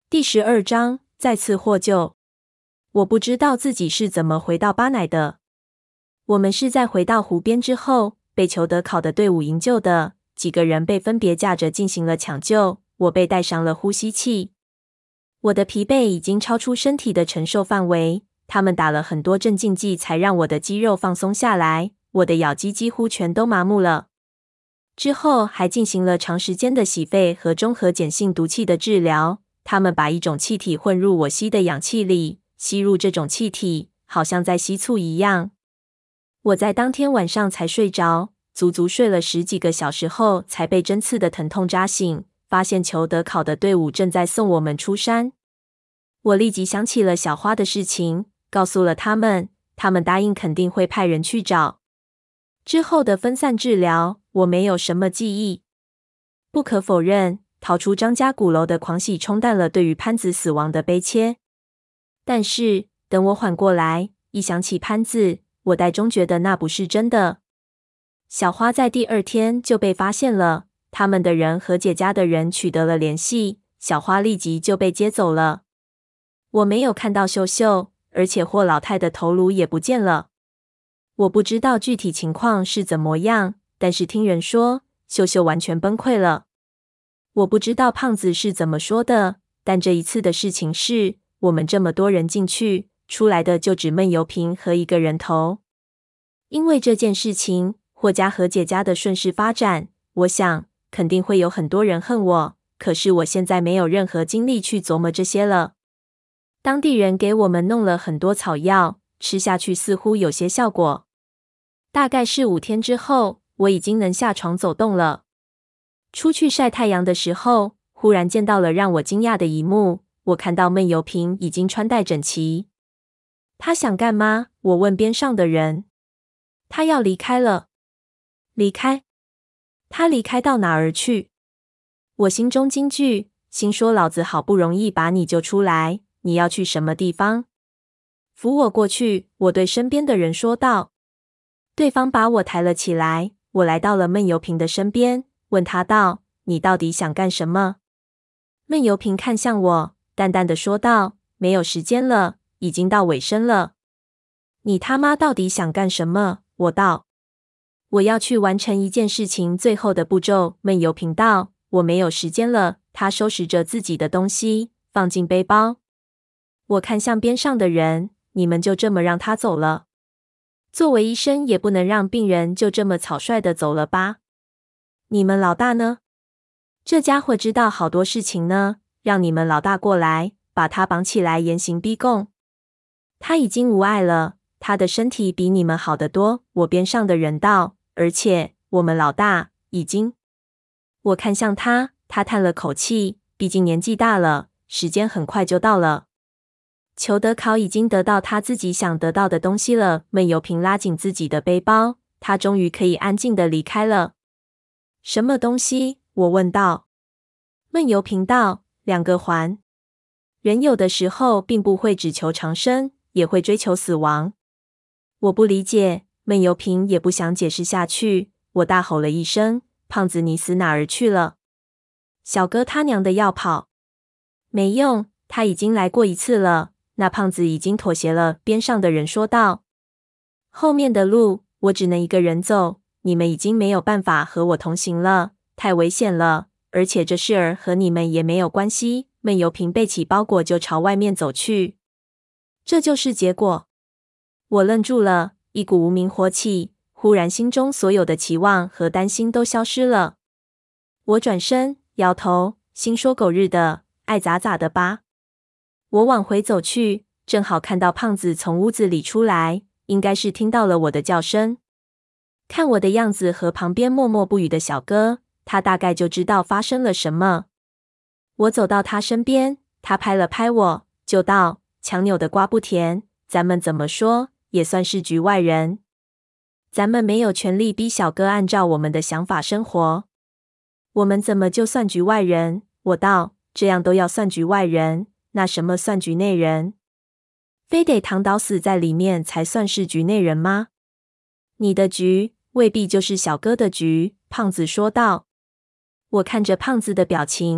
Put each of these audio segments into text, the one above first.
第12章再次获救。我不知道自己是怎么回到巴乃的。我们是在回到湖边之后，被裘德考的队伍营救的。几个人被分别架着进行了抢救，我被戴上了呼吸器。我的疲惫已经超出身体的承受范围，他们打了很多镇静剂才让我的肌肉放松下来，我的咬肌几乎全都麻木了。之后还进行了长时间的洗肺和中和碱性毒气的治疗。他们把一种气体混入我吸的氧气里，吸入这种气体，好像在吸醋一样。我在当天晚上才睡着，足足睡了10几个小时后，才被针刺的疼痛扎醒，发现裘德考的队伍正在送我们出山。我立即想起了小花的事情，告诉了他们，他们答应肯定会派人去找。之后的分散治疗，我没有什么记忆。不可否认，逃出张家鼓楼的狂喜冲淡了对于潘子死亡的悲切。但是，等我缓过来，一想起潘子，我代中觉得那不是真的。小花在第2天就被发现了，他们的人和姐家的人取得了联系，小花立即就被接走了。我没有看到秀秀，而且霍老太的头颅也不见了。我不知道具体情况是怎么样，但是听人说，秀秀完全崩溃了。我不知道胖子是怎么说的，但这一次的事情是，我们这么多人进去，出来的就只闷油瓶和一个人头。因为这件事情，霍家和姐家的顺势发展，我想肯定会有很多人恨我，可是我现在没有任何精力去琢磨这些了。当地人给我们弄了很多草药，吃下去似乎有些效果。大概是5天之后，我已经能下床走动了。出去晒太阳的时候，忽然见到了让我惊讶的一幕，我看到闷油瓶已经穿戴整齐。他想干嘛？我问边上的人。他要离开了。离开？他离开到哪儿去？我心中惊惧，心说老子好不容易把你救出来，你要去什么地方？扶我过去，我对身边的人说道。对方把我抬了起来，我来到了闷油瓶的身边，问他道：“你到底想干什么？”闷油瓶看向我，淡淡的说道：“没有时间了，已经到尾声了。”你他妈到底想干什么？我道。我要去完成一件事情最后的步骤。闷油瓶道：“我没有时间了。”他收拾着自己的东西，放进背包。我看向边上的人，你们就这么让他走了？作为医生，也不能让病人就这么草率的走了吧？你们老大呢？这家伙知道好多事情呢，让你们老大过来，把他绑起来严刑逼供。他已经无碍了，他的身体比你们好得多。我边上的人道，而且我们老大已经……我看向他，他叹了口气，毕竟年纪大了，时间很快就到了。裘德考已经得到他自己想得到的东西了。闷油瓶拉紧自己的背包，他终于可以安静的离开了。什么东西？我问道。闷油瓶道：2个环。人有的时候并不会只求长生，也会追求死亡。我不理解，闷油瓶也不想解释下去。我大吼了一声：“胖子，你死哪儿去了？”小哥他娘的要跑。没用，他已经来过一次了。那胖子已经妥协了。边上的人说道。后面的路，我只能一个人走。你们已经没有办法和我同行了，太危险了。而且这事儿和你们也没有关系。闷油瓶背起包裹就朝外面走去。这就是结果。我愣住了，一股无名火起，忽然心中所有的期望和担心都消失了。我转身，摇头，心说狗日的，爱咋咋的吧。我往回走去，正好看到胖子从屋子里出来，应该是听到了我的叫声。看我的样子和旁边默默不语的小哥，他大概就知道发生了什么。我走到他身边，他拍了拍我，就道：“强扭的瓜不甜，咱们怎么说也算是局外人。咱们没有权利逼小哥按照我们的想法生活。”我们怎么就算局外人？我道：“这样都要算局外人，那什么算局内人？非得躺倒死在里面才算是局内人吗？”你的局未必就是小哥的局，胖子说道。我看着胖子的表情，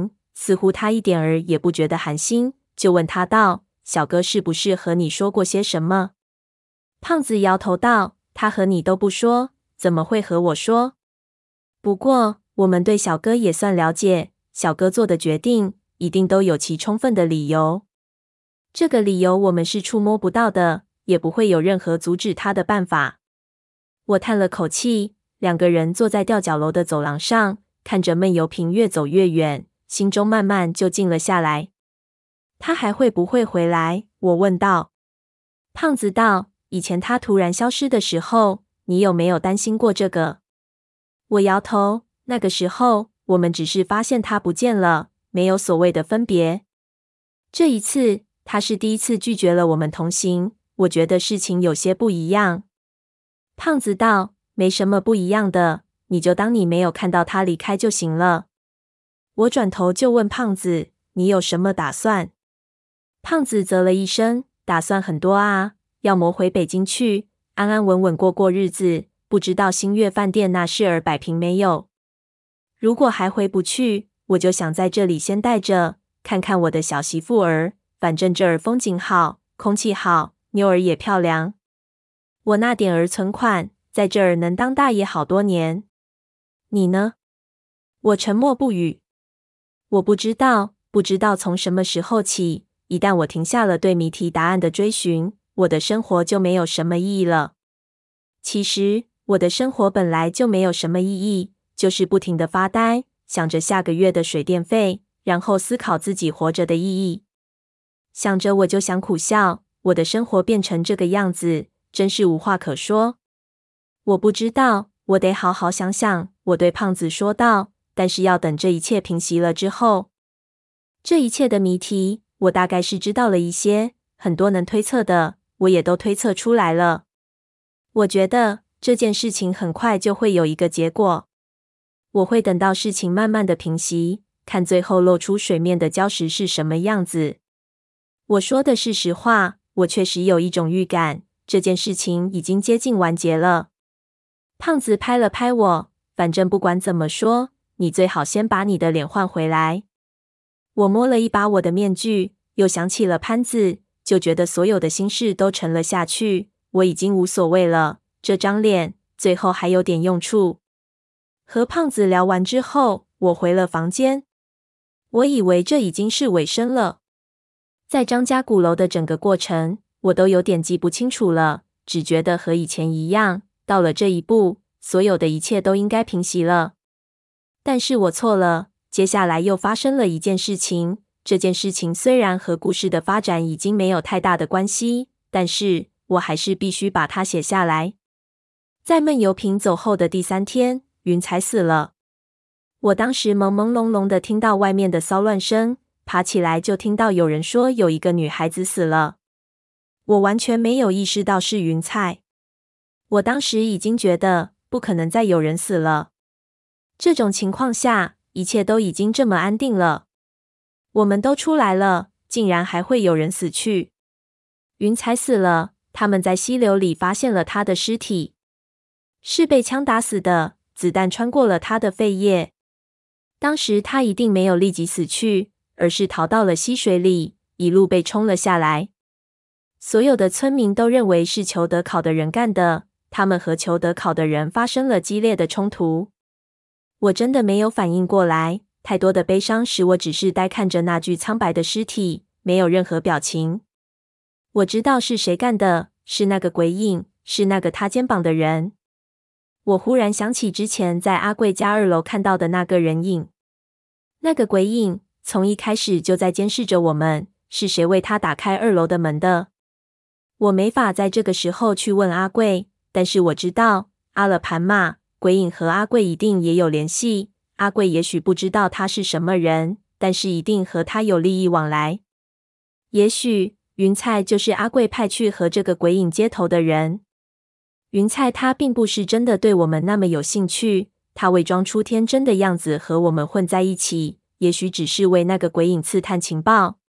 似乎他一点儿也不觉得寒心，就问他道：“小哥是不是和你说过些什么？”胖子摇头道：“他和你都不说，怎么会和我说？不过我们对小哥也算了解，小哥做的决定一定都有其充分的理由。这个理由我们是触摸不到的，也不会有任何阻止他的办法。”我叹了口气，两个人坐在吊脚楼的走廊上，看着闷油瓶越走越远，心中慢慢就静了下来。他还会不会回来？我问道。胖子道：“以前他突然消失的时候，你有没有担心过这个？”我摇头，那个时候我们只是发现他不见了，没有所谓的分别。这一次，他是第一次拒绝了我们同行，我觉得事情有些不一样。胖子道：“没什么不一样的，你就当你没有看到他离开就行了。”我转头就问胖子：“你有什么打算？”胖子啧了一声：“打算很多啊，要么回北京去，安安稳稳过日子，不知道星月饭店那事儿摆平没有。如果还回不去，我就想在这里先待着，看看我的小媳妇儿，反正这儿风景好，空气好，妞儿也漂亮。我那点儿存款，在这儿能当大爷好多年。你呢？”我沉默不语。我不知道从什么时候起，一旦我停下了对谜题答案的追寻，我的生活就没有什么意义了。其实，我的生活本来就没有什么意义，就是不停地发呆，想着下个月的水电费，然后思考自己活着的意义。想着我就想苦笑，我的生活变成这个样子，真是无话可说。我不知道，我得好好想想，我对胖子说道，但是要等这一切平息了之后。这一切的谜题，我大概是知道了一些，很多能推测的，我也都推测出来了。我觉得这件事情很快就会有一个结果。我会等到事情慢慢的平息，看最后露出水面的礁石是什么样子。我说的是实话，我确实有一种预感，这件事情已经接近完结了。胖子拍了拍我，反正不管怎么说，你最好先把你的脸换回来。我摸了一把我的面具，又想起了潘子，就觉得所有的心事都沉了下去。我已经无所谓了，这张脸最后还有点用处。和胖子聊完之后，我回了房间。我以为这已经是尾声了。在张家鼓楼的整个过程，我都有点记不清楚了，只觉得和以前一样，到了这一步，所有的一切都应该平息了。但是我错了，接下来又发生了一件事情。这件事情虽然和故事的发展已经没有太大的关系，但是我还是必须把它写下来。在闷油瓶走后的第3天，云彩死了。我当时朦朦胧胧的听到外面的骚乱声，爬起来就听到有人说有一个女孩子死了。我完全没有意识到是云彩。我当时已经觉得不可能再有人死了。这种情况下，一切都已经这么安定了。我们都出来了，竟然还会有人死去。云彩死了，他们在溪流里发现了他的尸体，是被枪打死的，子弹穿过了他的肺叶。当时他一定没有立即死去，而是逃到了溪水里，一路被冲了下来。所有的村民都认为是裘德考的人干的，他们和裘德考的人发生了激烈的冲突。我真的没有反应过来，太多的悲伤使我只是呆看着那具苍白的尸体，没有任何表情。我知道是谁干的，是那个鬼影，是那个他肩膀的人。我忽然想起之前在阿贵家2楼看到的那个人影。那个鬼影从一开始就在监视着我们，是谁为他打开2楼的门的？我没法在这个时候去问阿贵，但是我知道阿勒盘马鬼影和阿贵一定也有联系。阿贵也许不知道他是什么人，但是一定和他有利益往来。也许云彩就是阿贵派去和这个鬼影接头的人。云彩他并不是真的对我们那么有兴趣，他伪装出天真的样子和我们混在一起，也许只是为那个鬼影刺探情报。